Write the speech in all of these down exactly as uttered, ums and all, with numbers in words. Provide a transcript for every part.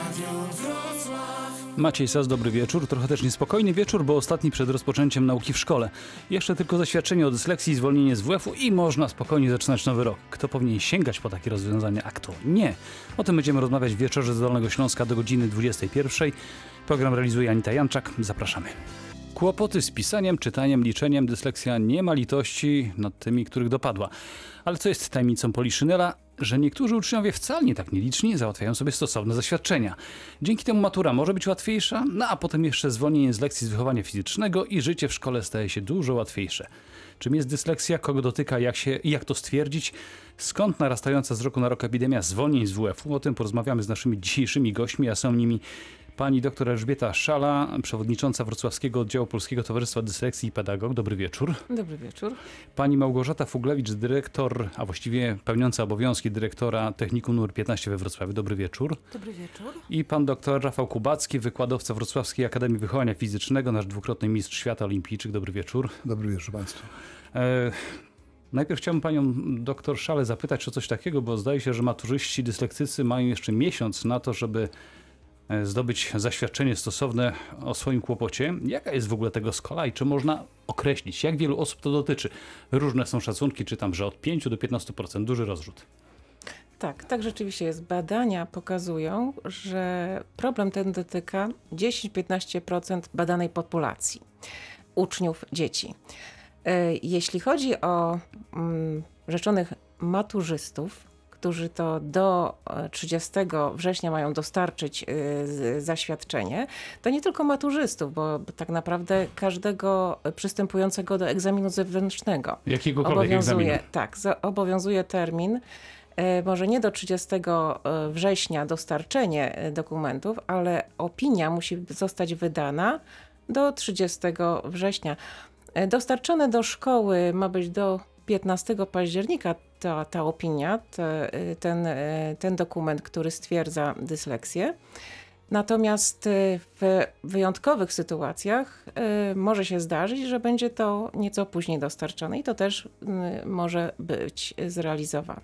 Maciej Sas, dobry wieczór. Trochę też niespokojny wieczór, bo ostatni przed rozpoczęciem nauki w szkole. Jeszcze tylko zaświadczenie o dysleksji, zwolnienie z W F-u i można spokojnie zaczynać nowy rok. Kto powinien sięgać po takie rozwiązania, a kto nie? O tym będziemy rozmawiać w wieczorze z Dolnego Śląska do godziny dwudziestej pierwszej. Program realizuje Anita Janczak. Zapraszamy. Kłopoty z pisaniem, czytaniem, liczeniem, dyslekcja nie ma litości nad tymi, których dopadła. Ale co jest tajemnicą Poliszynela? Że niektórzy uczniowie wcale nie tak nieliczni załatwiają sobie stosowne zaświadczenia. Dzięki temu matura może być łatwiejsza, no a potem jeszcze zwolnienie z lekcji z wychowania fizycznego i życie w szkole staje się dużo łatwiejsze. Czym jest dysleksja, kogo dotyka, jak się i jak to stwierdzić? Skąd narastająca z roku na rok epidemia zwolnień z W F-u? O tym porozmawiamy z naszymi dzisiejszymi gośćmi, a są nimi pani doktor Elżbieta Szala, przewodnicząca Wrocławskiego Oddziału Polskiego Towarzystwa Dysleksji i Pedagog. Dobry wieczór. Dobry wieczór. Pani Małgorzata Fuglewicz, dyrektor, a właściwie pełniąca obowiązki dyrektora Technikum numer piętnaście we Wrocławiu. Dobry wieczór. Dobry wieczór. I pan doktor Rafał Kubacki, wykładowca Wrocławskiej Akademii Wychowania Fizycznego, nasz dwukrotny mistrz świata olimpijczyk. Dobry wieczór. Dobry wieczór państwu. E, najpierw chciałbym panią doktor Szalę zapytać o coś takiego, bo zdaje się, że maturzyści dyslektycy mają jeszcze miesiąc na to, żeby zdobyć zaświadczenie stosowne o swoim kłopocie. Jaka jest w ogóle tego skala i czy można określić, jak wielu osób to dotyczy? Różne są szacunki, czytam, że od pięciu do piętnastu procent, duży rozrzut. Tak, tak rzeczywiście jest. Badania pokazują, że problem ten dotyka dziesięć do piętnastu procent badanej populacji uczniów, dzieci. Jeśli chodzi o mm, rzeczonych maturzystów, którzy to do trzydziestego września mają dostarczyć y, zaświadczenie, to nie tylko maturzystów, bo tak naprawdę każdego przystępującego do egzaminu zewnętrznego. Jakiegokolwiek obowiązuje, egzaminu. Tak, za, obowiązuje termin, y, może nie do trzydziestego września dostarczenie dokumentów, ale opinia musi zostać wydana do trzydziestego września. Dostarczone do szkoły ma być do piętnastego października ta, ta opinia, te, ten, ten dokument, który stwierdza dysleksję. Natomiast w wyjątkowych sytuacjach może się zdarzyć, że będzie to nieco później dostarczone i to też może być zrealizowane.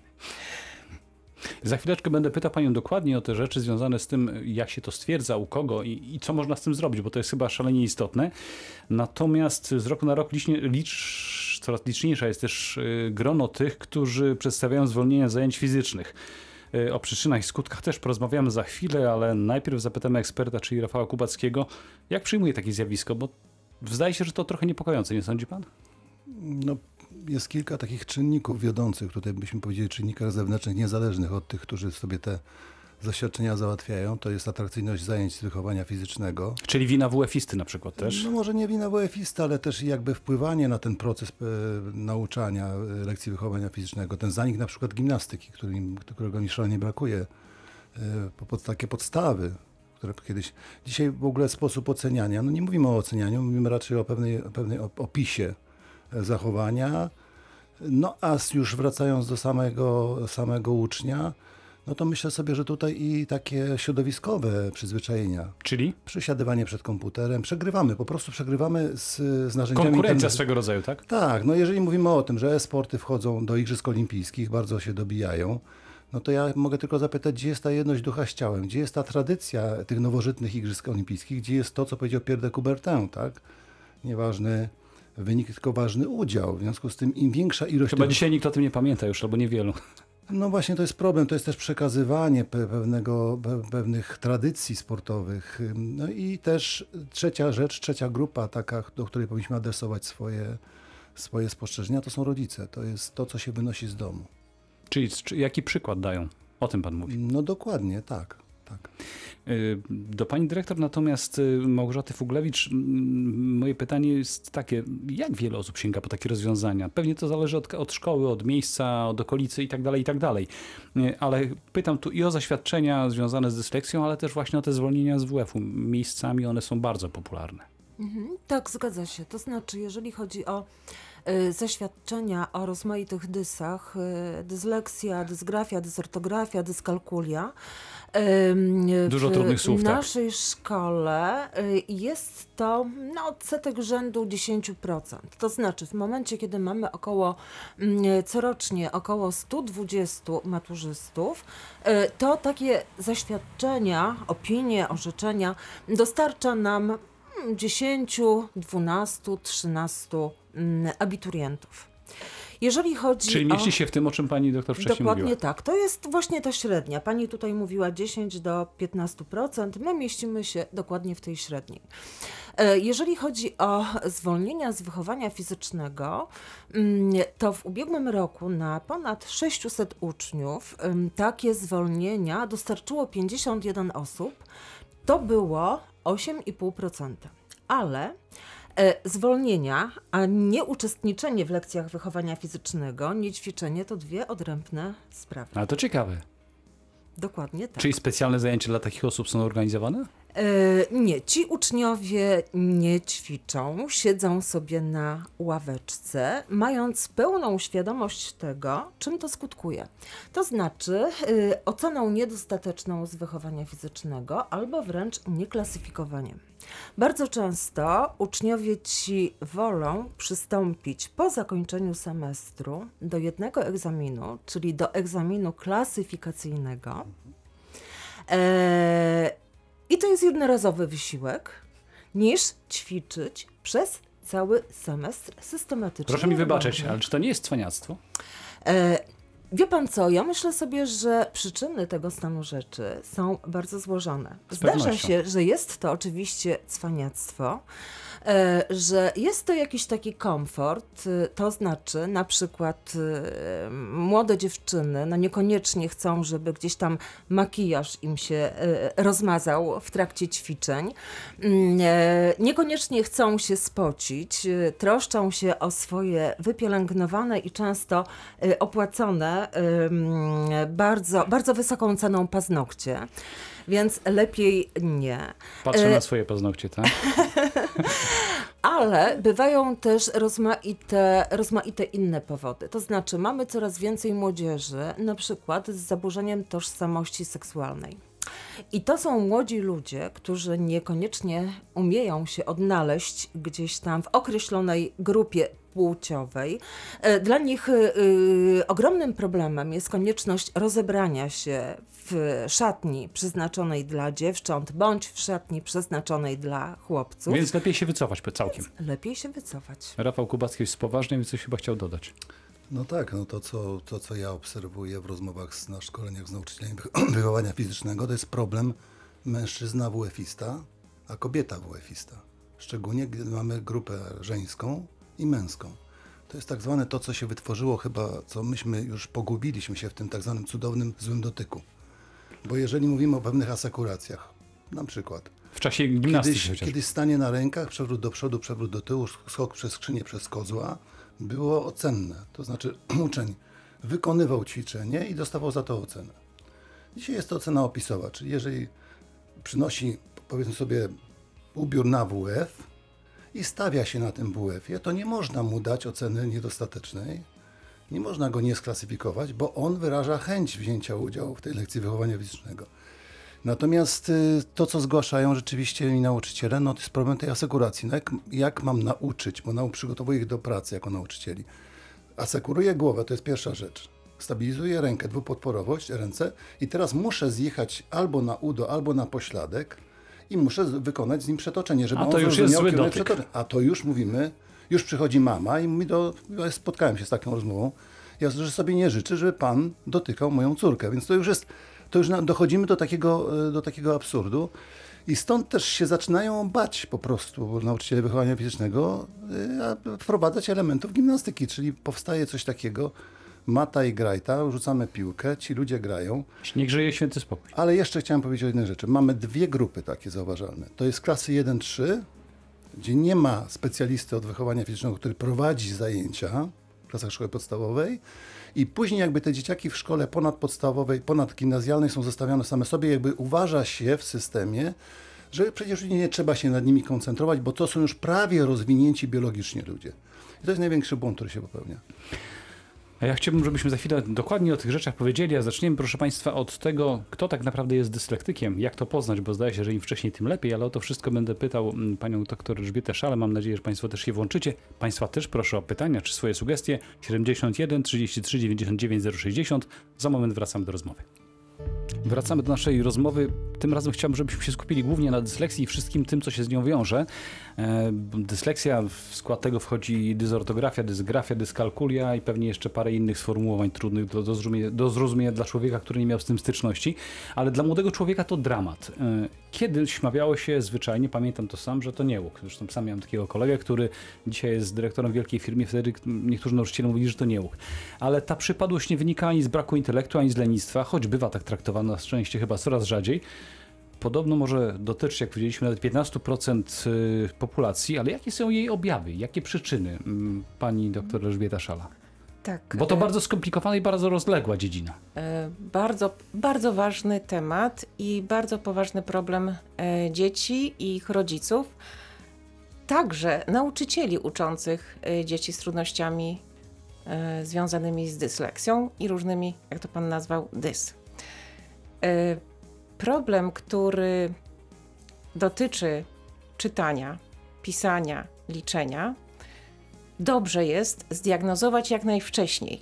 Za chwileczkę będę pytał panią dokładnie o te rzeczy związane z tym, jak się to stwierdza, u kogo i, i co można z tym zrobić, bo to jest chyba szalenie istotne. Natomiast z roku na rok licznie, licz, coraz liczniejsza jest też grono tych, którzy przedstawiają zwolnienia z zajęć fizycznych. O przyczynach i skutkach też porozmawiamy za chwilę, ale najpierw zapytamy eksperta, czyli Rafała Kubackiego, jak przyjmuje takie zjawisko, bo zdaje się, że to trochę niepokojące, nie sądzi pan? No, jest kilka takich czynników wiodących, tutaj byśmy powiedzieli czynnikach zewnętrznych, niezależnych od tych, którzy sobie te zaświadczenia załatwiają. To jest atrakcyjność zajęć z wychowania fizycznego. Czyli wina W F-isty na przykład też? No może nie wina W F-isty, ale też jakby wpływanie na ten proces e, nauczania e, lekcji wychowania fizycznego. Ten zanik na przykład gimnastyki, którym, którego mi szalenie brakuje. E, po, pod, takie podstawy, które kiedyś... Dzisiaj w ogóle sposób oceniania, no nie mówimy o ocenianiu, mówimy raczej o pewnej, o pewnej opisie zachowania. No a już wracając do samego, samego ucznia, no to myślę sobie, że tutaj i takie środowiskowe przyzwyczajenia. Czyli? Przesiadywanie przed komputerem. Przegrywamy, po prostu przegrywamy z, z narzędziami... Konkurencja swego rodzaju, tak? Tak, no jeżeli mówimy o tym, że e-sporty wchodzą do Igrzysk Olimpijskich, bardzo się dobijają, no to ja mogę tylko zapytać, gdzie jest ta jedność ducha z ciałem, gdzie jest ta tradycja tych nowożytnych Igrzysk Olimpijskich, gdzie jest to, co powiedział Pierre de Coubertin, tak? Nieważny wynik, tylko ważny udział. W związku z tym im większa ilość... Chyba tych... dzisiaj nikt o tym nie pamięta już, albo niewielu. No właśnie to jest problem, to jest też przekazywanie pewnego, pewnych tradycji sportowych. No i też trzecia rzecz, trzecia grupa taka, do której powinniśmy adresować swoje, swoje spostrzeżenia, to są rodzice. To jest to, co się wynosi z domu. Czyli czy, jaki przykład dają? O tym pan mówi. No dokładnie, tak. tak. Do pani dyrektor natomiast Małgorzaty Fuglewicz moje pytanie jest takie, jak wiele osób sięga po takie rozwiązania? Pewnie to zależy od, od szkoły, od miejsca, od okolicy i tak dalej, i tak dalej. Ale pytam tu i o zaświadczenia związane z dysleksją, ale też właśnie o te zwolnienia z W F-u. Miejscami one są bardzo popularne. Mhm, tak, zgadza się. To znaczy, jeżeli chodzi o y, zaświadczenia o rozmaitych dysach, y, dysleksja, dysgrafia, dysortografia, dyskalkulia. Y, Dużo trudnych słów, W tak. naszej szkole y, jest to no, odsetek rzędu dziesięć procent. To znaczy w momencie, kiedy mamy około mm, corocznie około sto dwadzieścia maturzystów, y, to takie zaświadczenia, opinie, orzeczenia dostarcza nam mm, dziesięć, dwanaście, trzynaście mm, abiturientów. Jeżeli chodzi Czyli o... mieści się w tym, o czym pani doktor wcześniej Dokładnie mówiła. tak. To jest właśnie ta średnia. Pani tutaj mówiła dziesięć do piętnastu procent. My mieścimy się dokładnie w tej średniej. E, Jeżeli chodzi o zwolnienia z wychowania fizycznego, mm, to w ubiegłym roku na ponad sześćset uczniów ym, takie zwolnienia dostarczyło pięćdziesiąt jeden osób. To było osiem i pół procent. Ale E, zwolnienia, a nie uczestniczenie w lekcjach wychowania fizycznego, nie ćwiczenie to dwie odrębne sprawy. Ale to ciekawe. Dokładnie tak. Czyli specjalne zajęcia dla takich osób są organizowane? E, nie, ci uczniowie nie ćwiczą, siedzą sobie na ławeczce, mając pełną świadomość tego, czym to skutkuje. To znaczy e, oceną niedostateczną z wychowania fizycznego albo wręcz nieklasyfikowaniem. Bardzo często uczniowie ci wolą przystąpić po zakończeniu semestru do jednego egzaminu, czyli do egzaminu klasyfikacyjnego. E, I to jest jednorazowy wysiłek, niż ćwiczyć przez cały semestr systematycznie. Proszę mi wybaczyć, uważnie. ale czy to nie jest cwaniactwo? E, Wie pan co, ja myślę sobie, że przyczyny tego stanu rzeczy są bardzo złożone. Z Zdarza pewnością. się, że jest to oczywiście cwaniactwo, e, że jest to jakiś taki komfort, e, to znaczy na przykład e, młode dziewczyny no niekoniecznie chcą, żeby gdzieś tam makijaż im się e, rozmazał w trakcie ćwiczeń, Mm, e, niekoniecznie chcą się spocić, e, troszczą się o swoje wypielęgnowane i często e, opłacone em, bardzo, bardzo wysoką ceną paznokcie, więc lepiej nie. Patrzę E, na swoje paznokcie, tak? Ale bywają też rozmaite, rozmaite inne powody. To znaczy mamy coraz więcej młodzieży, na przykład z zaburzeniem tożsamości seksualnej. I to są młodzi ludzie, którzy niekoniecznie umieją się odnaleźć gdzieś tam w określonej grupie płciowej. E, Dla nich y, ogromnym problemem jest konieczność rozebrania się w szatni przeznaczonej dla dziewcząt, bądź w szatni przeznaczonej dla chłopców. Więc lepiej się wycofać po całkiem. Lepiej się wycofać. Rafał Kubacki jest poważny, więc coś chyba chciał dodać. No tak, no to co, to co ja obserwuję w rozmowach z, na szkoleniach z nauczycielami wychowania fizycznego, to jest problem mężczyzna W F-ista, a kobieta W F-ista. Szczególnie gdy mamy grupę żeńską i męską. To jest tak zwane to, co się wytworzyło chyba, co myśmy już pogubiliśmy się w tym tak zwanym cudownym złym dotyku. Bo jeżeli mówimy o pewnych asekuracjach, na przykład W czasie gimnastyki Kiedyś, chociaż. kiedyś stanie na rękach, przewrót do przodu, przewrót do tyłu, skok przez skrzynię, przez kozła było ocenne. To znaczy uczeń wykonywał ćwiczenie i dostawał za to ocenę. Dzisiaj jest to ocena opisowa, czyli jeżeli przynosi, powiedzmy sobie, ubiór na W F i stawia się na tym W F-ie, to nie można mu dać oceny niedostatecznej, nie można go nie sklasyfikować, bo on wyraża chęć wzięcia udziału w tej lekcji wychowania fizycznego. Natomiast y, to, co zgłaszają rzeczywiście mi nauczyciele, no to jest problem tej asekuracji. No jak, jak mam nauczyć, bo nau przygotowuję ich do pracy jako nauczycieli. Asekuruję głowę, to jest pierwsza rzecz. Stabilizuję rękę, dwupodporowość, ręce i teraz muszę zjechać albo na udo, albo na pośladek i muszę z- wykonać z nim przetoczenie, żeby A on to już jest zrozumiał zły kierunek dotyk. przetoczenia. A to już mówimy, już przychodzi mama i mówi do, ja spotkałem się z taką rozmową, ja że sobie nie życzę, żeby pan dotykał moją córkę, więc to już jest, to już na- dochodzimy do takiego, e, do takiego absurdu i stąd też się zaczynają bać po prostu nauczyciele wychowania fizycznego e, a wprowadzać elementów gimnastyki, czyli powstaje coś takiego, mata i grajta, rzucamy piłkę, ci ludzie grają, Niech żyje święty spokój. ale jeszcze chciałem powiedzieć o jednej rzeczy. Mamy dwie grupy takie zauważalne. To jest klasy jeden trzy, gdzie nie ma specjalisty od wychowania fizycznego, który prowadzi zajęcia w klasach szkoły podstawowej i później jakby te dzieciaki w szkole ponadpodstawowej, ponadgimnazjalnej są zostawiane same sobie, jakby uważa się w systemie, że przecież nie trzeba się nad nimi koncentrować, bo to są już prawie rozwinięci biologicznie ludzie. I to jest największy błąd, który się popełnia. A ja chciałbym, żebyśmy za chwilę dokładnie o tych rzeczach powiedzieli, a zaczniemy, proszę Państwa, od tego, kto tak naprawdę jest dyslektykiem, jak to poznać, bo zdaje się, że im wcześniej, tym lepiej, ale o to wszystko będę pytał mm, panią doktor Elżbietę Szalę. Mam nadzieję, że Państwo też się włączycie. Państwa też proszę o pytania czy swoje sugestie. siedemdziesiąt jeden trzydzieści trzy dziewięćdziesiąt dziewięć zero sześćdziesiąt. Za moment wracamy do rozmowy. Wracamy do naszej rozmowy. Tym razem chciałbym, żebyśmy się skupili głównie na dysleksji i wszystkim tym, co się z nią wiąże. E, Dysleksja, w skład tego wchodzi dysortografia, dysgrafia, dyskalkulia i pewnie jeszcze parę innych sformułowań trudnych do, do, zrozumienia, do zrozumienia dla człowieka, który nie miał z tym styczności. Ale dla młodego człowieka to dramat. E, Kiedyś mawiało się zwyczajnie, pamiętam to sam, że to niełuk. Zresztą sam miałem takiego kolegę, który dzisiaj jest dyrektorem wielkiej firmy. Wtedy niektórzy nauczyciele mówili, że to niełuk. Ale ta przypadłość nie wynika ani z braku intelektu, ani z lenistwa, choć bywa tak traktowana na szczęście chyba coraz rzadziej. Podobno może dotyczyć, jak powiedzieliśmy, nawet piętnaście procent populacji, ale jakie są jej objawy, jakie przyczyny, pani doktor Elżbieta Szala? Tak. Bo to e, bardzo skomplikowana i bardzo rozległa dziedzina. e, Bardzo, bardzo ważny temat i bardzo poważny problem e, dzieci i ich rodziców, także nauczycieli uczących e, dzieci z trudnościami e, związanymi z dysleksją i różnymi, jak to pan nazwał, dys. E, Problem, który dotyczy czytania, pisania, liczenia, dobrze jest zdiagnozować jak najwcześniej.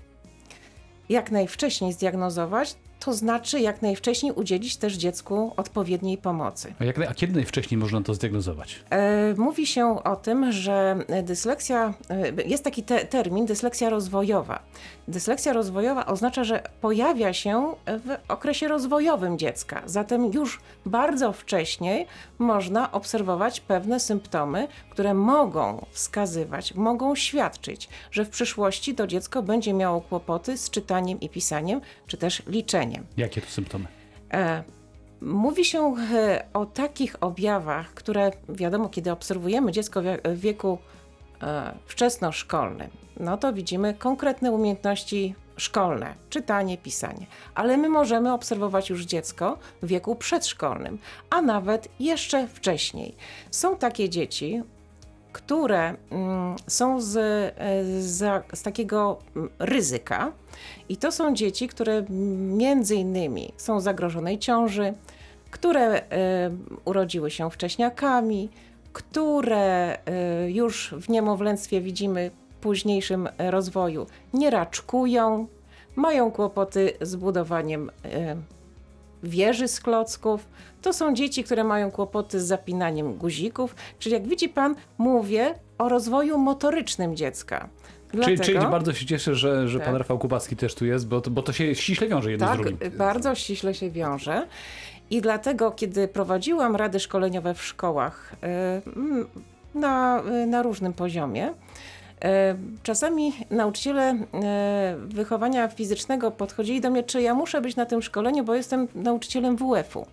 Jak najwcześniej zdiagnozować, to znaczy jak najwcześniej udzielić też dziecku odpowiedniej pomocy. A, jak, a kiedy najwcześniej można to zdiagnozować? E, Mówi się o tym, że dysleksja, e, jest taki te, termin dysleksja rozwojowa. Dysleksja rozwojowa oznacza, że pojawia się w okresie rozwojowym dziecka. Zatem już bardzo wcześnie można obserwować pewne symptomy, które mogą wskazywać, mogą świadczyć, że w przyszłości to dziecko będzie miało kłopoty z czytaniem i pisaniem, czy też liczeniem. Jakie to symptomy? E, Mówi się e, o takich objawach, które wiadomo, kiedy obserwujemy dziecko wie- w wieku e, wczesnoszkolnym, no to widzimy konkretne umiejętności szkolne, czytanie, pisanie. Ale my możemy obserwować już dziecko w wieku przedszkolnym, a nawet jeszcze wcześniej. Są takie dzieci, które mm, są z, e, za, z takiego mm, ryzyka i to są dzieci, które mm, między innymi są w zagrożonej ciąży, które e, urodziły się wcześniakami, które e, już w niemowlęctwie widzimy w późniejszym rozwoju nie raczkują, mają kłopoty z budowaniem e, wieży z klocków. To są dzieci, które mają kłopoty z zapinaniem guzików. Czyli jak widzi pan, mówię o rozwoju motorycznym dziecka. Czyli, Dlatego, czyli bardzo się cieszę, że, że Tak. pan Rafał Kubacki też tu jest, bo to, bo to się ściśle wiąże jedno tak, z drugim. bardzo ściśle się wiąże. I dlatego, kiedy prowadziłam rady szkoleniowe w szkołach y, na, na różnym poziomie, czasami nauczyciele wychowania fizycznego podchodzili do mnie, czy ja muszę być na tym szkoleniu, bo jestem nauczycielem W F-u.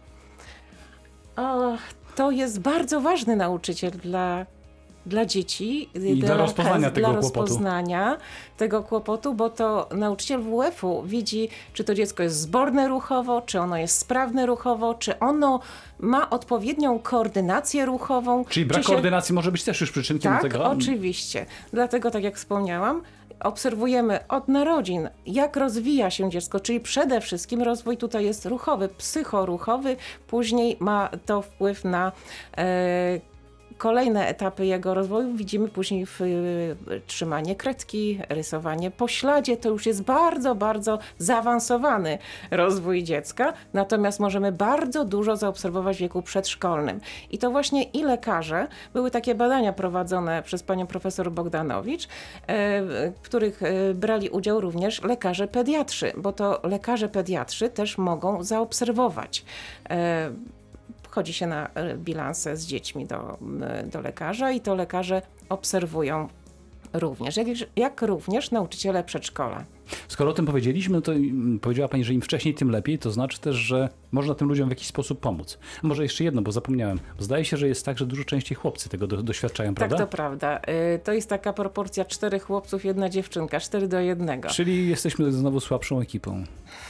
O, to jest bardzo ważny nauczyciel dla, dla dzieci. I dla rozpoznania tego dla kłopotu. rozpoznania tego kłopotu, bo to nauczyciel W F-u widzi, czy to dziecko jest zborne ruchowo, czy ono jest sprawne ruchowo, czy ono ma odpowiednią koordynację ruchową. Czyli brak czy się... koordynacji może być też już przyczynkiem Tak, do tego? oczywiście. Dlatego, tak jak wspomniałam, obserwujemy od narodzin, jak rozwija się dziecko, czyli przede wszystkim rozwój tutaj jest ruchowy, psychoruchowy, później ma to wpływ na e, kolejne etapy jego rozwoju. Widzimy później w, y, trzymanie kredki, rysowanie po śladzie. To już jest bardzo, bardzo zaawansowany rozwój dziecka. Natomiast możemy bardzo dużo zaobserwować w wieku przedszkolnym. I to właśnie i lekarze, były takie badania prowadzone przez panią profesor Bogdanowicz, y, w których y, brali udział również lekarze pediatrzy, bo to lekarze pediatrzy też mogą zaobserwować. Y, Chodzi się na bilansę z dziećmi do, do lekarza i to lekarze obserwują również, jak, jak również nauczyciele przedszkola. Skoro o tym powiedzieliśmy, no to powiedziała pani, że im wcześniej, tym lepiej, to znaczy też, że można tym ludziom w jakiś sposób pomóc. Może jeszcze jedno, bo zapomniałem. Zdaje się, że jest tak, że dużo częściej chłopcy tego do, doświadczają, prawda? Tak, to prawda. To jest taka proporcja czterech chłopców, jedna dziewczynka, cztery do jednego. Czyli jesteśmy znowu słabszą ekipą.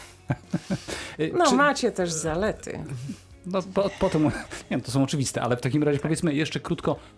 No Czy... macie też zalety. No, po, potem, nie wiem, to są oczywiste, ale w takim razie powiedzmy jeszcze krótko,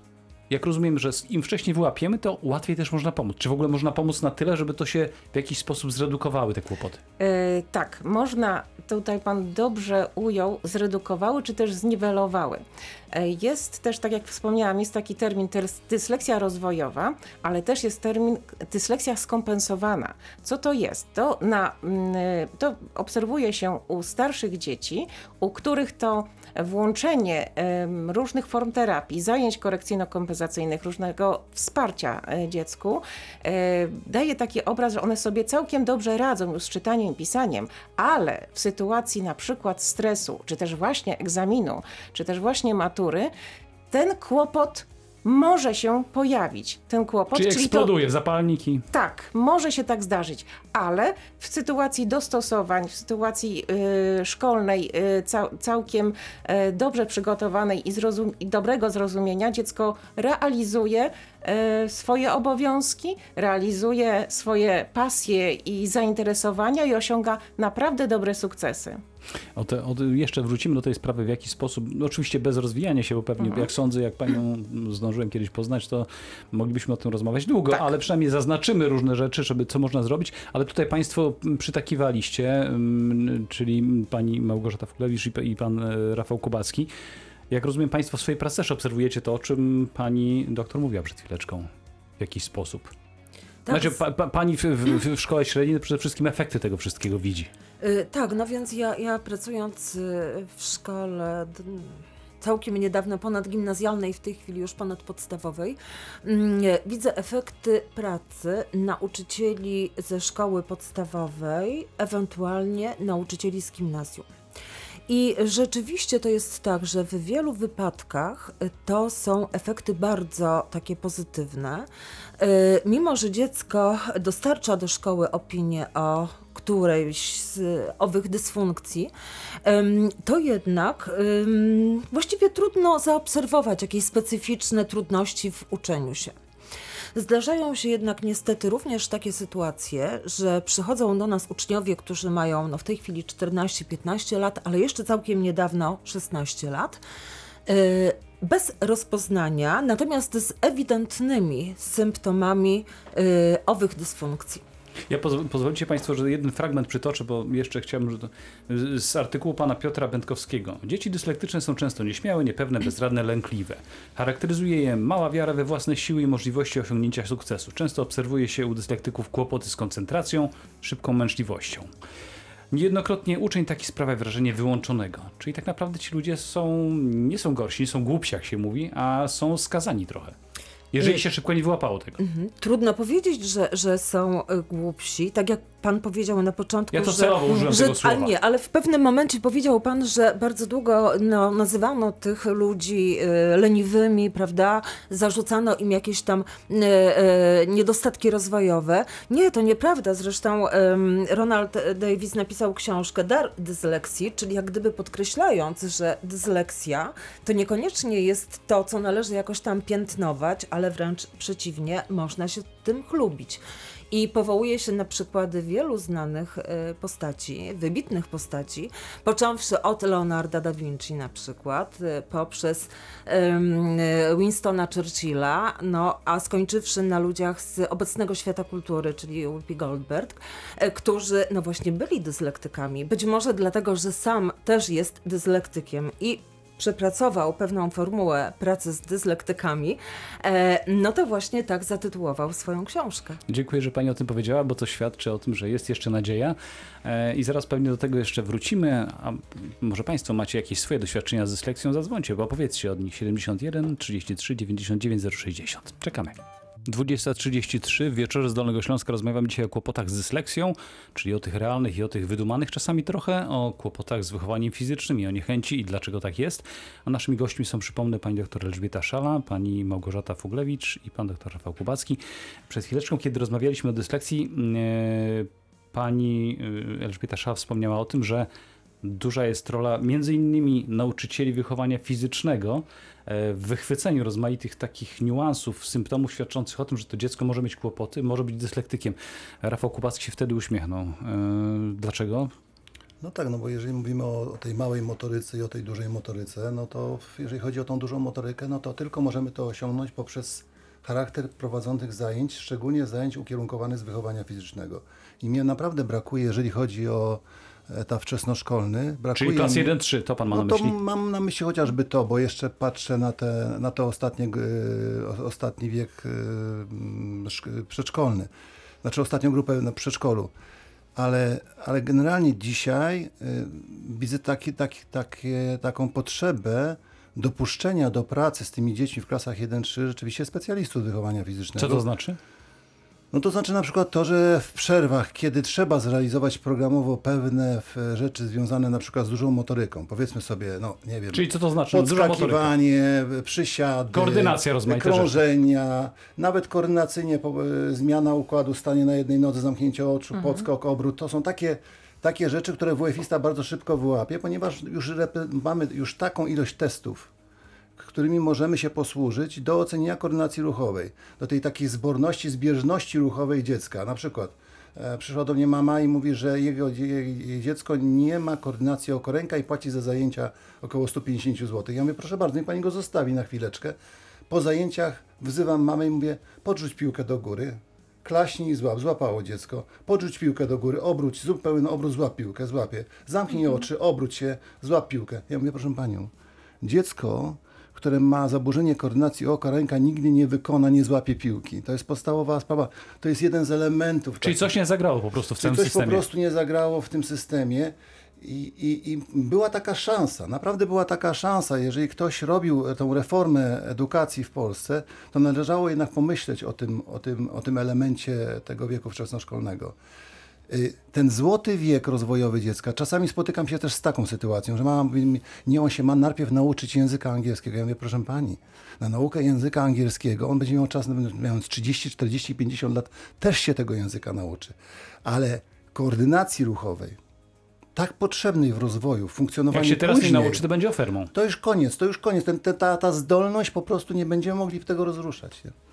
Jak rozumiem, że im wcześniej wyłapiemy, to łatwiej też można pomóc. Czy w ogóle można pomóc na tyle, żeby to się w jakiś sposób zredukowały te kłopoty? Yy, tak, można, tutaj pan dobrze ujął, zredukowały czy też zniwelowały. Yy, jest też, tak jak wspomniałam, jest taki termin dysleksja rozwojowa, ale też jest termin dysleksja skompensowana. Co to jest? To, na, yy, to obserwuje się u starszych dzieci, u których to włączenie y, różnych form terapii, zajęć korekcyjno-kompensacyjnych, różnego wsparcia y, dziecku y, daje taki obraz, że one sobie całkiem dobrze radzą już z czytaniem i pisaniem, ale w sytuacji na przykład stresu, czy też właśnie egzaminu, czy też właśnie matury, ten kłopot może się pojawić. Ten kłopot, Czyli czyli eksploduje, to, zapalniki. Tak, może się tak zdarzyć, ale w sytuacji dostosowań, w sytuacji y, szkolnej, y, cał, całkiem y, dobrze przygotowanej i, zrozum- i dobrego zrozumienia dziecko realizuje y, swoje obowiązki, realizuje swoje pasje i zainteresowania i osiąga naprawdę dobre sukcesy. O te, o te, jeszcze wrócimy do tej sprawy, w jaki sposób, no oczywiście bez rozwijania się, bo pewnie mhm. jak sądzę, jak panią zdążyłem kiedyś poznać, to moglibyśmy o tym rozmawiać długo, tak. ale przynajmniej zaznaczymy różne rzeczy, żeby co można zrobić, ale tutaj państwo przytakiwaliście, czyli pani Małgorzata Fuglewicz i, i pan Rafał Kubacki. Jak rozumiem, państwo w swojej pracy też obserwujecie to, o czym pani doktor mówiła przed chwileczką, w jakiś sposób. Tak, znaczy, pa, pa, pani w, w, w szkole średniej przede wszystkim efekty tego wszystkiego widzi. Yy, tak, no więc ja, ja pracując w szkole d- całkiem niedawno ponadgimnazjalnej, w tej chwili już ponadpodstawowej, yy, widzę efekty pracy nauczycieli ze szkoły podstawowej, ewentualnie nauczycieli z gimnazjum. I rzeczywiście to jest tak, że w wielu wypadkach to są efekty bardzo takie pozytywne. Mimo że dziecko dostarcza do szkoły opinię o którejś z owych dysfunkcji, to jednak właściwie trudno zaobserwować jakieś specyficzne trudności w uczeniu się. Zdarzają się jednak niestety również takie sytuacje, że przychodzą do nas uczniowie, którzy mają no w tej chwili czternaście piętnaście lat, ale jeszcze całkiem niedawno szesnaście lat, yy, bez rozpoznania, natomiast z ewidentnymi symptomami yy, owych dysfunkcji. Ja poz- pozwolicie państwo, że jeden fragment przytoczę, bo jeszcze chciałbym, że to, z artykułu pana Piotra Będkowskiego. Dzieci dyslektyczne są często nieśmiałe, niepewne, bezradne, lękliwe. Charakteryzuje je mała wiara we własne siły i możliwości osiągnięcia sukcesu. Często obserwuje się u dyslektyków kłopoty z koncentracją, szybką męczliwością. Niejednokrotnie uczeń taki sprawia wrażenie wyłączonego. Czyli tak naprawdę ci ludzie są, nie są gorsi, nie są głupsi, jak się mówi, a są skazani trochę. Jeżeli się szybko nie wyłapało tego. Mhm. Trudno powiedzieć, że, że są głupsi, tak jak pan powiedział na początku, ja to że, celowo użyłem że tego słowa. ale nie, ale w pewnym momencie powiedział pan, że bardzo długo no, nazywano tych ludzi y, leniwymi, prawda? Zarzucano im jakieś tam y, y, niedostatki rozwojowe. Nie, to nieprawda. Zresztą y, Ronald Davis napisał książkę Dar dysleksji, czyli jak gdyby podkreślając, że dysleksja to niekoniecznie jest to, co należy jakoś tam piętnować, ale wręcz przeciwnie, można się tym chlubić. I powołuje się na przykłady wielu znanych y, postaci, wybitnych postaci, począwszy od Leonarda da Vinci na przykład, y, poprzez y, Winstona Churchilla, no a skończywszy na ludziach z obecnego świata kultury, czyli Whoopi Goldberg, y, którzy no właśnie byli dyslektykami. Być może dlatego, że sam też jest dyslektykiem i przepracował pewną formułę pracy z dyslektykami, no to właśnie tak zatytułował swoją książkę. Dziękuję, że pani o tym powiedziała, bo to świadczy o tym, że jest jeszcze nadzieja i zaraz pewnie do tego jeszcze wrócimy, a może państwo macie jakieś swoje doświadczenia z dysleksją, zadzwońcie, bo opowiedzcie od nich siedemdziesiąt jeden trzydzieści trzy dziewięćdziesiąt dziewięć zero sześćdziesiąt. Czekamy. dwudziesta trzydzieści trzy w Wieczorze z Dolnego Śląska rozmawiam dzisiaj o kłopotach z dysleksją, czyli o tych realnych i o tych wydumanych czasami trochę, o kłopotach z wychowaniem fizycznym i o niechęci i dlaczego tak jest. A naszymi gośćmi są, przypomnę, pani doktor Elżbieta Szala, pani Małgorzata Fuglewicz i pan doktor Rafał Kubacki. Przed chwileczką, kiedy rozmawialiśmy o dysleksji, yy, pani Elżbieta Szala wspomniała o tym, że duża jest rola między innymi nauczycieli wychowania fizycznego w wychwyceniu rozmaitych takich niuansów, symptomów świadczących o tym, że to dziecko może mieć kłopoty, może być dyslektykiem. Rafał Kubacki się wtedy uśmiechnął. Dlaczego? No tak, no bo jeżeli mówimy o, o tej małej motoryce i o tej dużej motoryce, no to w- jeżeli chodzi o tą dużą motorykę, no to tylko możemy to osiągnąć poprzez charakter prowadzonych zajęć, szczególnie zajęć ukierunkowanych z wychowania fizycznego. I mnie naprawdę brakuje, jeżeli chodzi o etap wczesnoszkolny. Brakuje Czyli klas mi- jeden trzy, to pan ma no na to myśli? mam na myśli chociażby to, bo jeszcze patrzę na, te, na to ostatnie, e, o- ostatni wiek e, mm, szk- przedszkolny, znaczy ostatnią grupę na przedszkolu. Ale, ale generalnie dzisiaj y, widzę taki, taki, takie, taką potrzebę dopuszczenia do pracy z tymi dziećmi w klasach jeden trzy rzeczywiście specjalistów wychowania fizycznego. Co to znaczy? No to znaczy na przykład to, że w przerwach, kiedy trzeba zrealizować programowo pewne w- rzeczy związane na przykład z dużą motoryką, powiedzmy sobie, no nie wiem, Czyli co to znaczy? No, duża motoryka. podskakiwanie, przysiady, Koordynacja, rozmaite krążenia, nawet koordynacyjnie po- e, zmiana układu, stanie na jednej nodze, zamknięcie oczu, podskok, obrót. To są takie, takie rzeczy, które W F istista bardzo szybko wyłapie, ponieważ już repre- mamy już taką ilość testów, którymi możemy się posłużyć do ocenienia koordynacji ruchowej, do tej takiej zborności, zbieżności ruchowej dziecka. Na przykład e, przyszła do mnie mama i mówi, że jego dzie- jej dziecko nie ma koordynacji oko ręka i płaci za zajęcia około sto pięćdziesiąt złotych. Ja mówię, proszę bardzo, niech pani go zostawi na chwileczkę. Po zajęciach wzywam mamę i mówię, podrzuć piłkę do góry, klaśnij i złap. Złapało dziecko. Podrzuć piłkę do góry, obróć, zrób pełen obrót, złap piłkę, złapie. Zamknij oczy, obróć się, złap piłkę. Ja mówię, proszę panią, dziecko, które ma zaburzenie koordynacji oka, ręka, nigdy nie wykona, nie złapie piłki. To jest podstawowa sprawa. To jest jeden z elementów. Czyli takich. coś nie zagrało po prostu w Czyli całym coś systemie. po prostu nie zagrało w tym systemie. I, i, I była taka szansa, naprawdę była taka szansa, jeżeli ktoś robił tą reformę edukacji w Polsce, to należało jednak pomyśleć o tym, o tym, o tym elemencie tego wieku wczesnoszkolnego. Y, Ten złoty wiek rozwojowy dziecka, czasami spotykam się też z taką sytuacją, że mama mówi mi, nie, on się ma najpierw nauczyć języka angielskiego. Ja mówię, proszę pani, na naukę języka angielskiego, on będzie miał czas, mając trzydzieści, czterdzieści, pięćdziesiąt lat, też się tego języka nauczy. Ale koordynacji ruchowej, tak potrzebnej w rozwoju, w funkcjonowaniu Jak się teraz później, nie nauczy, to będzie ofermą. to już koniec, to już koniec. Ten, te- ta, ta zdolność po prostu nie będziemy mogli tego rozruszać. Nie?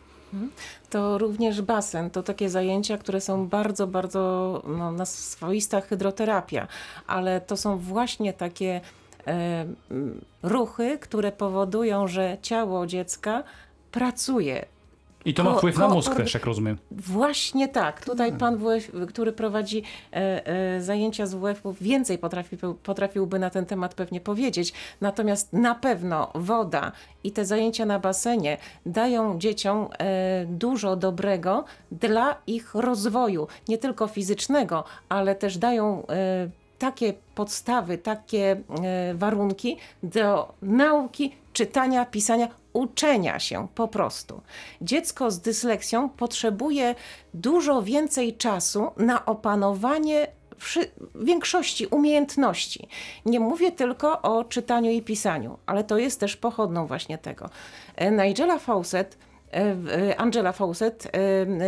To również basen, to takie zajęcia, które są bardzo, bardzo no, na swoista hydroterapia, ale to są właśnie takie e, m, ruchy, które powodują, że ciało dziecka pracuje. I to ma Ko- wpływ na ko- mózg or- też, jak rozumiem. Właśnie tak. Tutaj pan, W F, który prowadzi e, e, zajęcia z W F-u, więcej potrafi, potrafiłby na ten temat pewnie powiedzieć. Natomiast na pewno woda i te zajęcia na basenie dają dzieciom e, dużo dobrego dla ich rozwoju. Nie tylko fizycznego, ale też dają e, takie podstawy, takie e, warunki do nauki, czytania, pisania, uczenia się po prostu. Dziecko z dysleksją potrzebuje dużo więcej czasu na opanowanie wszy- większości umiejętności. Nie mówię tylko o czytaniu i pisaniu, ale to jest też pochodną właśnie tego. E, Nigella Fawcett e, Angela Fawcett e,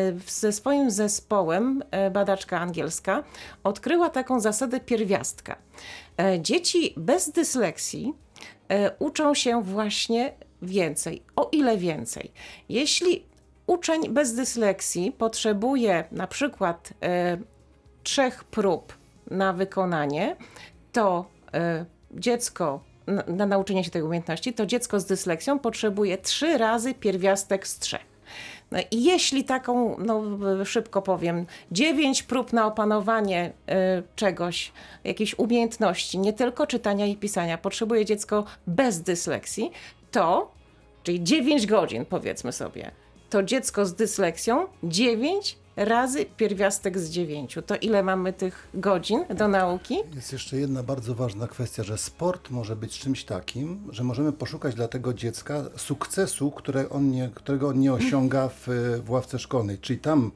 ze swoim zespołem, e, badaczka angielska, odkryła taką zasadę pierwiastka. E, Dzieci bez dysleksji e, uczą się właśnie więcej. O ile więcej? Jeśli uczeń bez dysleksji potrzebuje na przykład e, trzech prób na wykonanie, to e, dziecko na, na nauczenie się tej umiejętności, to dziecko z dysleksją potrzebuje trzy razy pierwiastek z trzech. No i jeśli taką, no szybko powiem, dziewięć prób na opanowanie y, czegoś, jakiejś umiejętności, nie tylko czytania i pisania, potrzebuje dziecko bez dysleksji, to, czyli dziewięć godzin powiedzmy sobie, to dziecko z dysleksją dziewięć razy pierwiastek z dziewięciu. To ile mamy tych godzin do nauki? Jest jeszcze jedna bardzo ważna kwestia, że sport może być czymś takim, że możemy poszukać dla tego dziecka sukcesu, które on nie, którego on nie osiąga w, w ławce szkolnej. Czyli tam,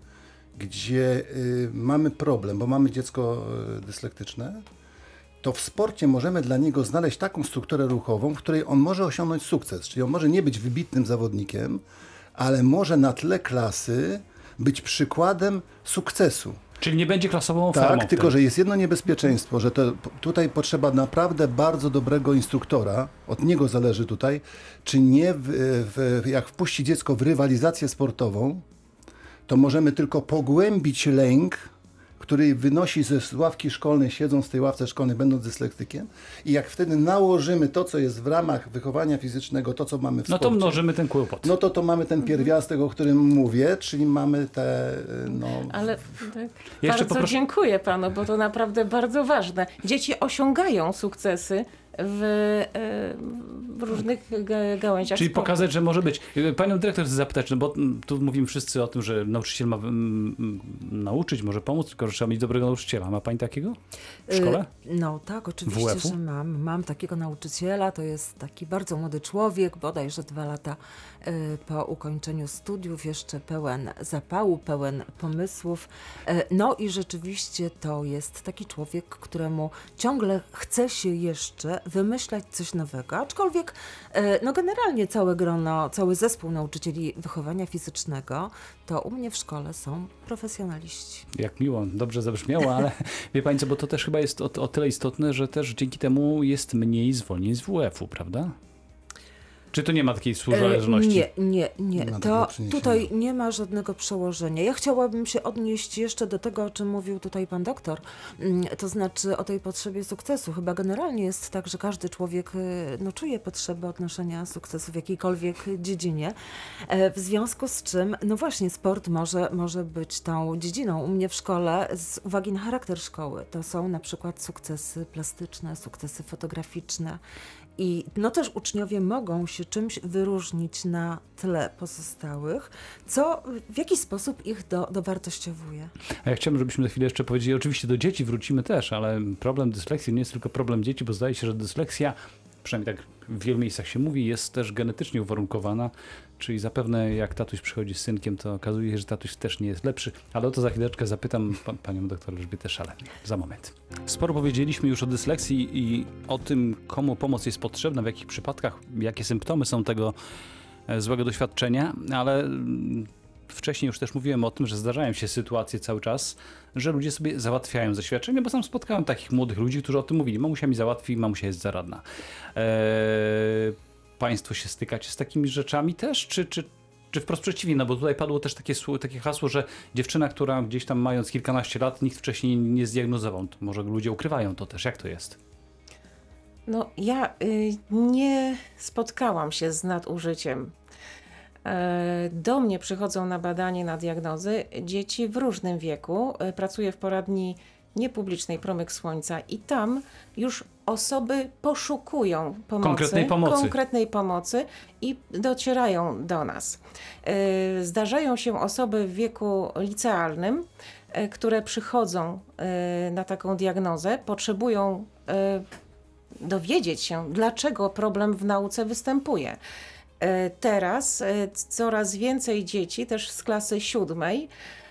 gdzie y, mamy problem, bo mamy dziecko y, dyslektyczne, to w sporcie możemy dla niego znaleźć taką strukturę ruchową, w której on może osiągnąć sukces. Czyli on może nie być wybitnym zawodnikiem, ale może na tle klasy być przykładem sukcesu. Czyli nie będzie klasową ofermą. Tak, tylko że jest jedno niebezpieczeństwo, że to, tutaj potrzeba naprawdę bardzo dobrego instruktora, od niego zależy tutaj, czy nie, w, w, jak wpuści dziecko w rywalizację sportową, to możemy tylko pogłębić lęk, który wynosi ze ławki szkolnej, siedząc w tej ławce szkolnej, będąc dyslektykiem, i jak wtedy nałożymy to, co jest w ramach wychowania fizycznego, to, co mamy w No sporcie, to mnożymy ten kłopot. no to to mamy ten pierwiastek, o którym mówię, czyli mamy te, no... Ale tak, Jeszcze bardzo poproszę- dziękuję panu, bo to naprawdę bardzo ważne. Dzieci osiągają sukcesy w, e, w różnych ga- gałęziach Czyli sportu. pokazać, że może być. Panią dyrektor chcę zapytać, no bo mm, tu mówimy wszyscy o tym, że nauczyciel ma mm, mm, nauczyć, może pomóc, tylko że trzeba mieć dobrego nauczyciela. Ma pani takiego w szkole? Y, No tak, oczywiście, W U E F-u? że mam. Mam takiego nauczyciela, to jest taki bardzo młody człowiek, bodajże dwa lata y, po ukończeniu studiów, jeszcze pełen zapału, pełen pomysłów. Y, No i rzeczywiście to jest taki człowiek, któremu ciągle chce się jeszcze wymyślać coś nowego, aczkolwiek y, no generalnie całe grono, cały zespół nauczycieli wychowania fizycznego to u mnie w szkole są profesjonaliści. Jak miło, dobrze zabrzmiało, ale wie pani co, bo to też chyba jest o, o tyle istotne, że też dzięki temu jest mniej zwolnień z W F u, prawda? Czy tu nie ma takiej współzależności? E, Nie, nie, nie. Nie ma To takiego przeniesienia. tutaj nie ma żadnego przełożenia. Ja chciałabym się odnieść jeszcze do tego, o czym mówił tutaj pan doktor, Mm, to znaczy o tej potrzebie sukcesu. Chyba generalnie jest tak, że każdy człowiek y, no, czuje potrzebę odnoszenia sukcesu w jakiejkolwiek dziedzinie, E, w związku z czym, no właśnie, sport może, może być tą dziedziną. U mnie w szkole, z uwagi na charakter szkoły, to są na przykład sukcesy plastyczne, sukcesy fotograficzne. I no też uczniowie mogą się czymś wyróżnić na tle pozostałych, co w jakiś sposób ich do, dowartościowuje. A ja chciałbym, żebyśmy za chwilę jeszcze powiedzieli, oczywiście do dzieci wrócimy też, ale problem dysleksji nie jest tylko problem dzieci, bo zdaje się, że dysleksja, przynajmniej tak w wielu miejscach się mówi, jest też genetycznie uwarunkowana, czyli zapewne jak tatuś przychodzi z synkiem, to okazuje się, że tatuś też nie jest lepszy, ale o to za chwileczkę zapytam pa- panią doktor Elżbietę Szalę. Za moment. Sporo powiedzieliśmy już o dysleksji i o tym, komu pomoc jest potrzebna, w jakich przypadkach, jakie symptomy są tego e, złego doświadczenia, ale mm, wcześniej już też mówiłem o tym, że zdarzają się sytuacje cały czas, że ludzie sobie załatwiają zaświadczenie, bo sam spotkałem takich młodych ludzi, którzy o tym mówili. Mamusia mi załatwi, mamusia jest zaradna. Eee, państwo się stykacie z takimi rzeczami też, czy, czy, czy wprost przeciwnie? No bo tutaj padło też takie, sło- takie hasło, że dziewczyna, która gdzieś tam mając kilkanaście lat, nikt wcześniej nie zdiagnozował. To może ludzie ukrywają to też. Jak to jest? No, ja y, nie spotkałam się z nadużyciem. E, Do mnie przychodzą na badanie, na diagnozy dzieci w różnym wieku. E, Pracuję w poradni niepublicznej Promyk Słońca i tam już osoby poszukują pomocy, Konkretnej pomocy. konkretnej pomocy i docierają do nas. E, Zdarzają się osoby w wieku licealnym, e, które przychodzą e, na taką diagnozę, potrzebują e, dowiedzieć się, dlaczego problem w nauce występuje. E, Teraz e, coraz więcej dzieci, też z klasy siódmej,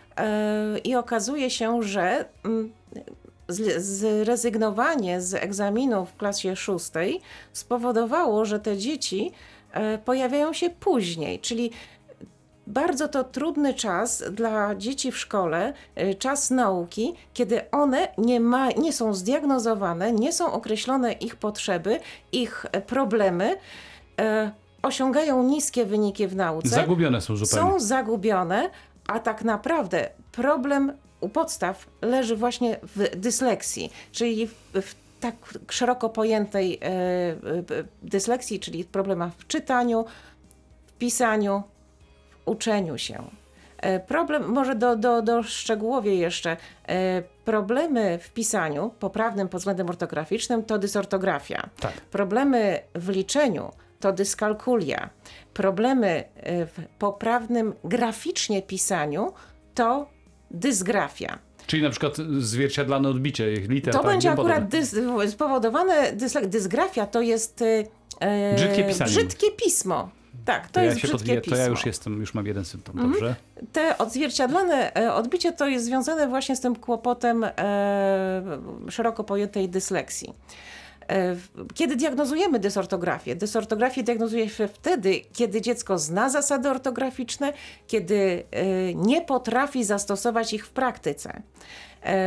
e, i okazuje się, że mm, z- zrezygnowanie z egzaminu w klasie szóstej spowodowało, że te dzieci e, pojawiają się później, czyli bardzo to trudny czas dla dzieci w szkole, y, czas nauki, kiedy one nie, ma, nie są zdiagnozowane, nie są określone ich potrzeby, ich e, problemy, e, osiągają niskie wyniki w nauce, Zagubione są zupełnie. są zagubione, a tak naprawdę problem u podstaw leży właśnie w dysleksji, czyli w, w tak szeroko pojętej e, e, dysleksji, czyli problemach w czytaniu, w pisaniu, uczeniu się. E, Problem, może do, do, do szczegółowie jeszcze, e, problemy w pisaniu, poprawnym pod względem ortograficznym, to dysortografia. Tak. Problemy w liczeniu to dyskalkulia. Problemy e, w poprawnym graficznie pisaniu to dysgrafia. Czyli na przykład zwierciadlane odbicie liter. To tak, będzie tym podobne. akurat dys, spowodowane, dysle, dysgrafia to jest e, Brzydkie pisanie. brzydkie pismo. Tak, to, To ja, jest się brzydkie podbiję, pismo. to ja już jestem, już mam jeden symptom, dobrze? Te odzwierciadlane e, odbicie to jest związane właśnie z tym kłopotem e, szeroko pojętej dysleksji. E, w- Kiedy diagnozujemy dysortografię? Dysortografię diagnozuje się wtedy, kiedy dziecko zna zasady ortograficzne, kiedy e, nie potrafi zastosować ich w praktyce. E,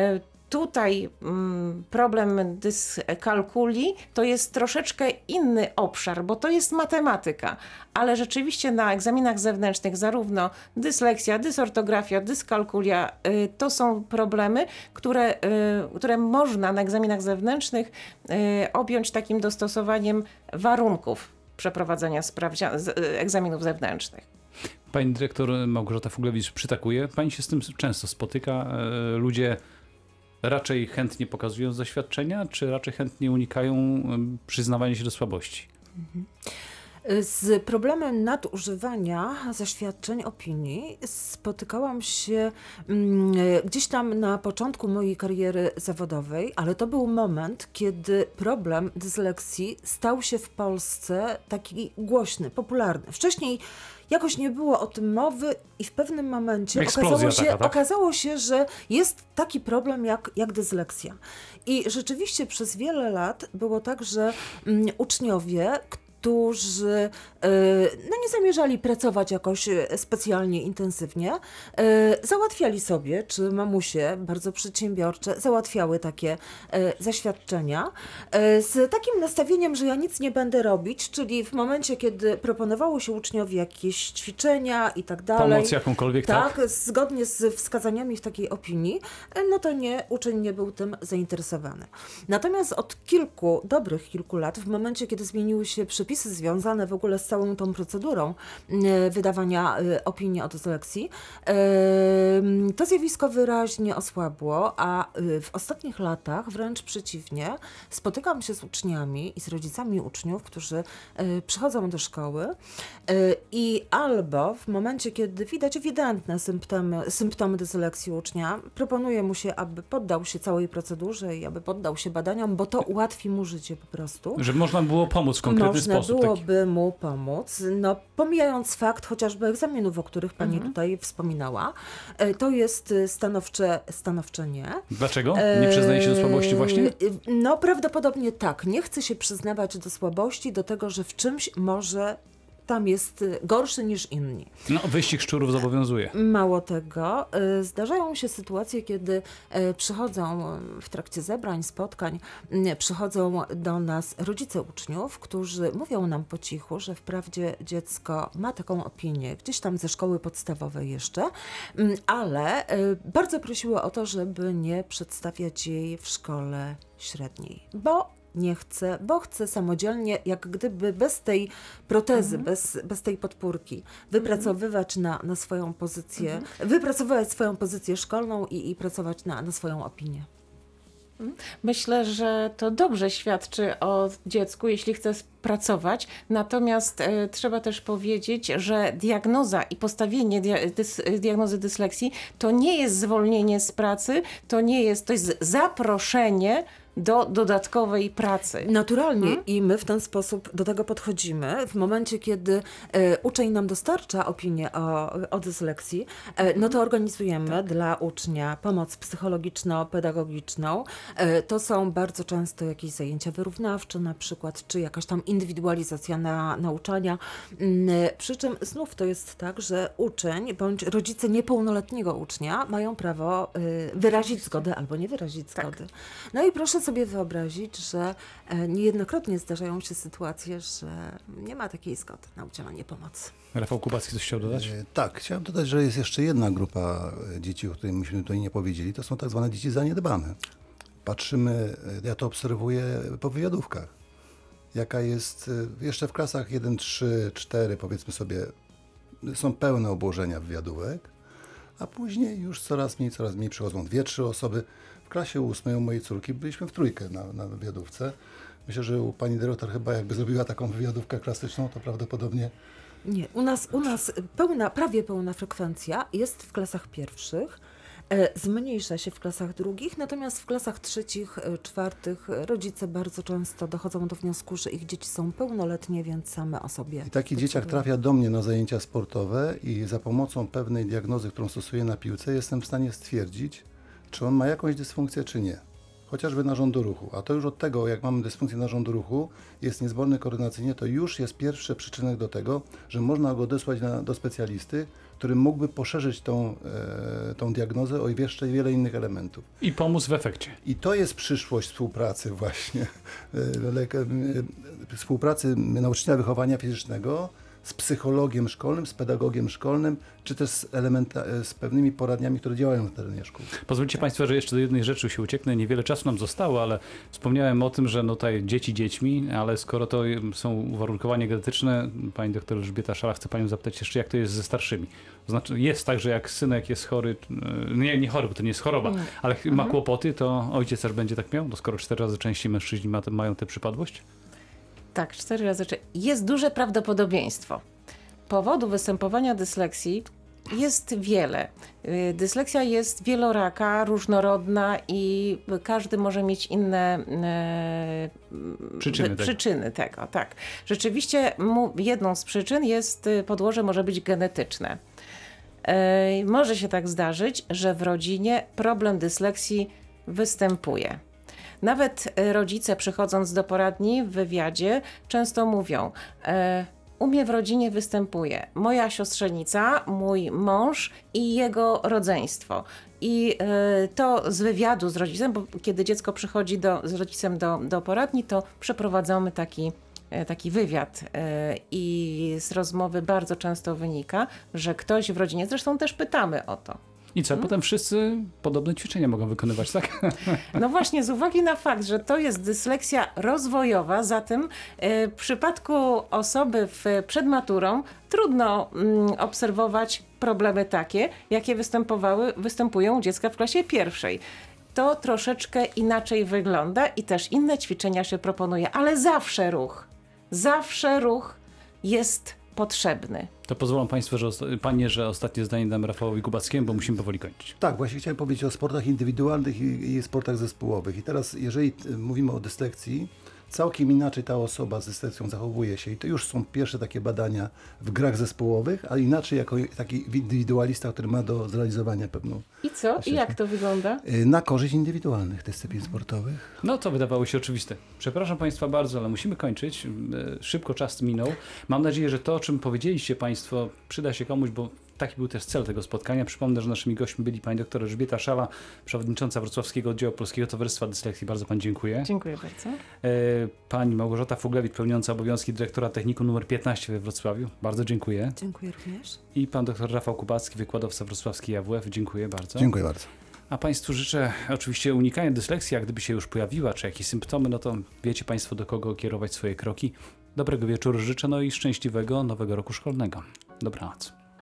Tutaj mm, problem dyskalkuli to jest troszeczkę inny obszar, bo to jest matematyka, ale rzeczywiście na egzaminach zewnętrznych zarówno dysleksja, dysortografia, dyskalkulia y, to są problemy, które, y, które można na egzaminach zewnętrznych y, objąć takim dostosowaniem warunków przeprowadzenia sprawdzia- z, y, egzaminów zewnętrznych. Pani dyrektor Małgorzata Fuglewicz przytakuje. Pani się z tym często spotyka. E, Ludzie raczej chętnie pokazują zaświadczenia, czy raczej chętnie unikają em, przyznawania się do słabości? Z problemem nadużywania zaświadczeń opinii spotykałam się mm, gdzieś tam na początku mojej kariery zawodowej, ale to był moment, kiedy problem dysleksji stał się w Polsce taki głośny, popularny. Wcześniej jakoś nie było o tym mowy i w pewnym momencie Eksplozja okazało się, taka, tak? okazało się, że jest taki problem jak, jak dysleksja. I rzeczywiście przez wiele lat było tak, że mm, uczniowie, którzy e, no nie zamierzali pracować jakoś e, specjalnie intensywnie, e, załatwiali sobie, czy mamusie bardzo przedsiębiorcze załatwiały takie e, zaświadczenia e, z takim nastawieniem, że ja nic nie będę robić, czyli w momencie, kiedy proponowało się uczniowi jakieś ćwiczenia i tak dalej. Pomoc jakąkolwiek, tak? Tak, zgodnie z wskazaniami w takiej opinii, e, no to nie, uczeń nie był tym zainteresowany. Natomiast od kilku, dobrych kilku lat, w momencie, kiedy zmieniły się przepisy związane w ogóle z całą tą procedurą e, wydawania e, opinii o dysleksji, e, to zjawisko wyraźnie osłabło, a e, w ostatnich latach wręcz przeciwnie, spotykam się z uczniami i z rodzicami uczniów, którzy e, przychodzą do szkoły e, i albo w momencie, kiedy widać ewidentne symptomy, symptomy dysleksji ucznia, proponuję mu się, aby poddał się całej procedurze i aby poddał się badaniom, bo to ułatwi mu życie po prostu. Żeby można było pomóc w konkretny Można sposób. Taki. byłoby mu pomóc, no pomijając fakt chociażby egzaminów, o których pani Mhm. tutaj wspominała, e, to jest e, stanowcze, stanowcze nie. Dlaczego? Nie przyznaje się do słabości właśnie? E, No prawdopodobnie tak. Nie chce się przyznawać do słabości, do tego, że w czymś może tam jest e, gorszy niż inni. No, wyścig szczurów zobowiązuje. Mało tego, y, zdarzają się sytuacje, kiedy y, przychodzą y, w trakcie zebrań, spotkań, y, przychodzą do nas rodzice uczniów, którzy mówią nam po cichu, że wprawdzie dziecko ma taką opinię, gdzieś tam ze szkoły podstawowej jeszcze, y, ale y, bardzo prosiło o to, żeby nie przedstawiać jej w szkole średniej, bo nie chce, bo chce samodzielnie, jak gdyby bez tej protezy, bez, bez tej podpórki, wypracowywać na, na swoją pozycję, wypracowywać swoją pozycję szkolną i, i pracować na, na swoją opinię. Myślę, że to dobrze świadczy o dziecku, jeśli chce pracować. Natomiast e, trzeba też powiedzieć, że diagnoza i postawienie dia- dys- diagnozy dysleksji to nie jest zwolnienie z pracy, to nie jest, to jest zaproszenie do dodatkowej pracy. Naturalnie Hmm? i my w ten sposób do tego podchodzimy. W momencie, kiedy e, uczeń nam dostarcza opinię o, o dysleksji, e, no to organizujemy dla ucznia pomoc psychologiczno-pedagogiczną. E, to są bardzo często jakieś zajęcia wyrównawcze na przykład, czy jakaś tam indywidualizacja na, nauczania. Mm, Przy czym znów to jest tak, że uczeń bądź rodzice niepełnoletniego ucznia mają prawo e, wyrazić zgodę albo nie wyrazić Tak. zgody. No i proszę sobie wyobrazić, że e, niejednokrotnie zdarzają się sytuacje, że nie ma takiej zgody na udzielanie pomocy. Rafał Kubacki coś chciał dodać? E, Tak, chciałem dodać, że jest jeszcze jedna grupa e, dzieci, o której myśmy tutaj nie powiedzieli. To są tak zwane dzieci zaniedbane. Patrzymy, e, ja to obserwuję po wywiadówkach. Jaka jest, e, jeszcze w klasach jeden, trzy, cztery powiedzmy sobie, są pełne obłożenia wywiadówek, a później już coraz mniej, coraz mniej przychodzą dwie, trzy osoby. W klasie ósmej u mojej córki byliśmy w trójkę na, na wywiadówce. Myślę, że u pani dyrektor chyba jakby zrobiła taką wywiadówkę klasyczną, to prawdopodobnie Nie, u nas, u nas pełna, prawie pełna frekwencja jest w klasach pierwszych, e, zmniejsza się w klasach drugich, natomiast w klasach trzecich, e, czwartych rodzice bardzo często dochodzą do wniosku, że ich dzieci są pełnoletnie, więc same o sobie I taki dzieciak decydują. trafia do mnie na zajęcia sportowe i za pomocą pewnej diagnozy, którą stosuję na piłce, jestem w stanie stwierdzić, czy on ma jakąś dysfunkcję, czy nie. chociażby narządu ruchu. A to już od tego, jak mamy dysfunkcję narządu ruchu, jest niezbędny koordynacyjnie, to już jest pierwszy przyczynek do tego, że można go odesłać na, do specjalisty, który mógłby poszerzyć tą, e, tą diagnozę o jeszcze wiele innych elementów. I pomóc w efekcie. I to jest przyszłość współpracy właśnie, e, leka- e, współpracy nauczyciela wychowania fizycznego z psychologiem szkolnym, z pedagogiem szkolnym, czy też z, elementa- z pewnymi poradniami, które działają na terenie szkół. Pozwólcie Państwo, że jeszcze do jednej rzeczy się ucieknę. Niewiele czasu nam zostało, ale wspomniałem o tym, że no tutaj dzieci dziećmi, ale skoro to są uwarunkowania genetyczne, pani doktor Elżbieta Szala, chcę Panią zapytać jeszcze, jak to jest ze starszymi. To znaczy jest tak, że jak synek jest chory, nie, nie chory, bo to nie jest choroba, ale ma Mhm. kłopoty, to ojciec też będzie tak miał? No skoro cztery razy częściej mężczyźni ma, mają tę przypadłość? Tak, cztery razy. cze- Jest duże prawdopodobieństwo. Powodów występowania dysleksji jest wiele. Y, Dysleksja jest wieloraka, różnorodna i każdy może mieć inne e, Przyczyny wy- tego. przyczyny tego. Tak. Rzeczywiście mu, jedną z przyczyn jest y, podłoże może być genetyczne. E, Może się tak zdarzyć, że w rodzinie problem dysleksji występuje. Nawet e, rodzice, przychodząc do poradni w wywiadzie, często mówią: e, u mnie w rodzinie występuje moja siostrzenica, mój mąż i jego rodzeństwo. I e, to z wywiadu z rodzicem, bo kiedy dziecko przychodzi do, z rodzicem do, do poradni, to przeprowadzamy taki, e, taki wywiad. E, I z rozmowy bardzo często wynika, że ktoś w rodzinie, zresztą też pytamy o to. I co, potem wszyscy podobne ćwiczenia mogą wykonywać, tak? No właśnie, z uwagi na fakt, że to jest dysleksja rozwojowa, zatem e, w przypadku osoby w, przed maturą trudno mm, obserwować problemy takie, jakie występowały, występują u dziecka w klasie pierwszej. To troszeczkę inaczej wygląda i też inne ćwiczenia się proponuje, ale zawsze ruch, zawsze ruch jest potrzebny. To pozwolą Państwo, że osta- Panie, że ostatnie zdanie dam Rafałowi Kubackiemu, bo musimy powoli kończyć. Tak, właśnie chciałem powiedzieć o sportach indywidualnych i, i sportach zespołowych. I teraz, jeżeli y, mówimy o dyslekcji, całkiem inaczej ta osoba z dysleksją zachowuje się. I to już są pierwsze takie badania w grach zespołowych, a inaczej jako taki indywidualista, który ma do zrealizowania pewną I co? I jak to wygląda? y, na korzyść indywidualnych dyscyplin sportowych. No to wydawało się oczywiste. Przepraszam Państwa bardzo, ale musimy kończyć. E, Szybko czas minął. Mam nadzieję, że to, o czym powiedzieliście Państwo, przyda się komuś, bo taki był też cel tego spotkania. Przypomnę, że naszymi gośćmi byli pani doktor Elżbieta Szala, przewodnicząca Wrocławskiego Oddziału Polskiego Towarzystwa Dysleksji. Bardzo Pani dziękuję. Dziękuję bardzo. E, Pani Małgorzata Fuglewicz, pełniąca obowiązki dyrektora technikum numer piętnaście we Wrocławiu. Bardzo dziękuję. Dziękuję również. I pan doktor Rafał Kubacki, wykładowca wrocławskiej A W F. Dziękuję bardzo. Dziękuję bardzo. A Państwu życzę oczywiście unikania dysleksji, a gdyby się już pojawiła, czy jakieś symptomy, no to wiecie Państwo, do kogo kierować swoje kroki. Dobrego wieczoru życzę, no i szczęśliwego nowego roku szkolnego. Dobranoc.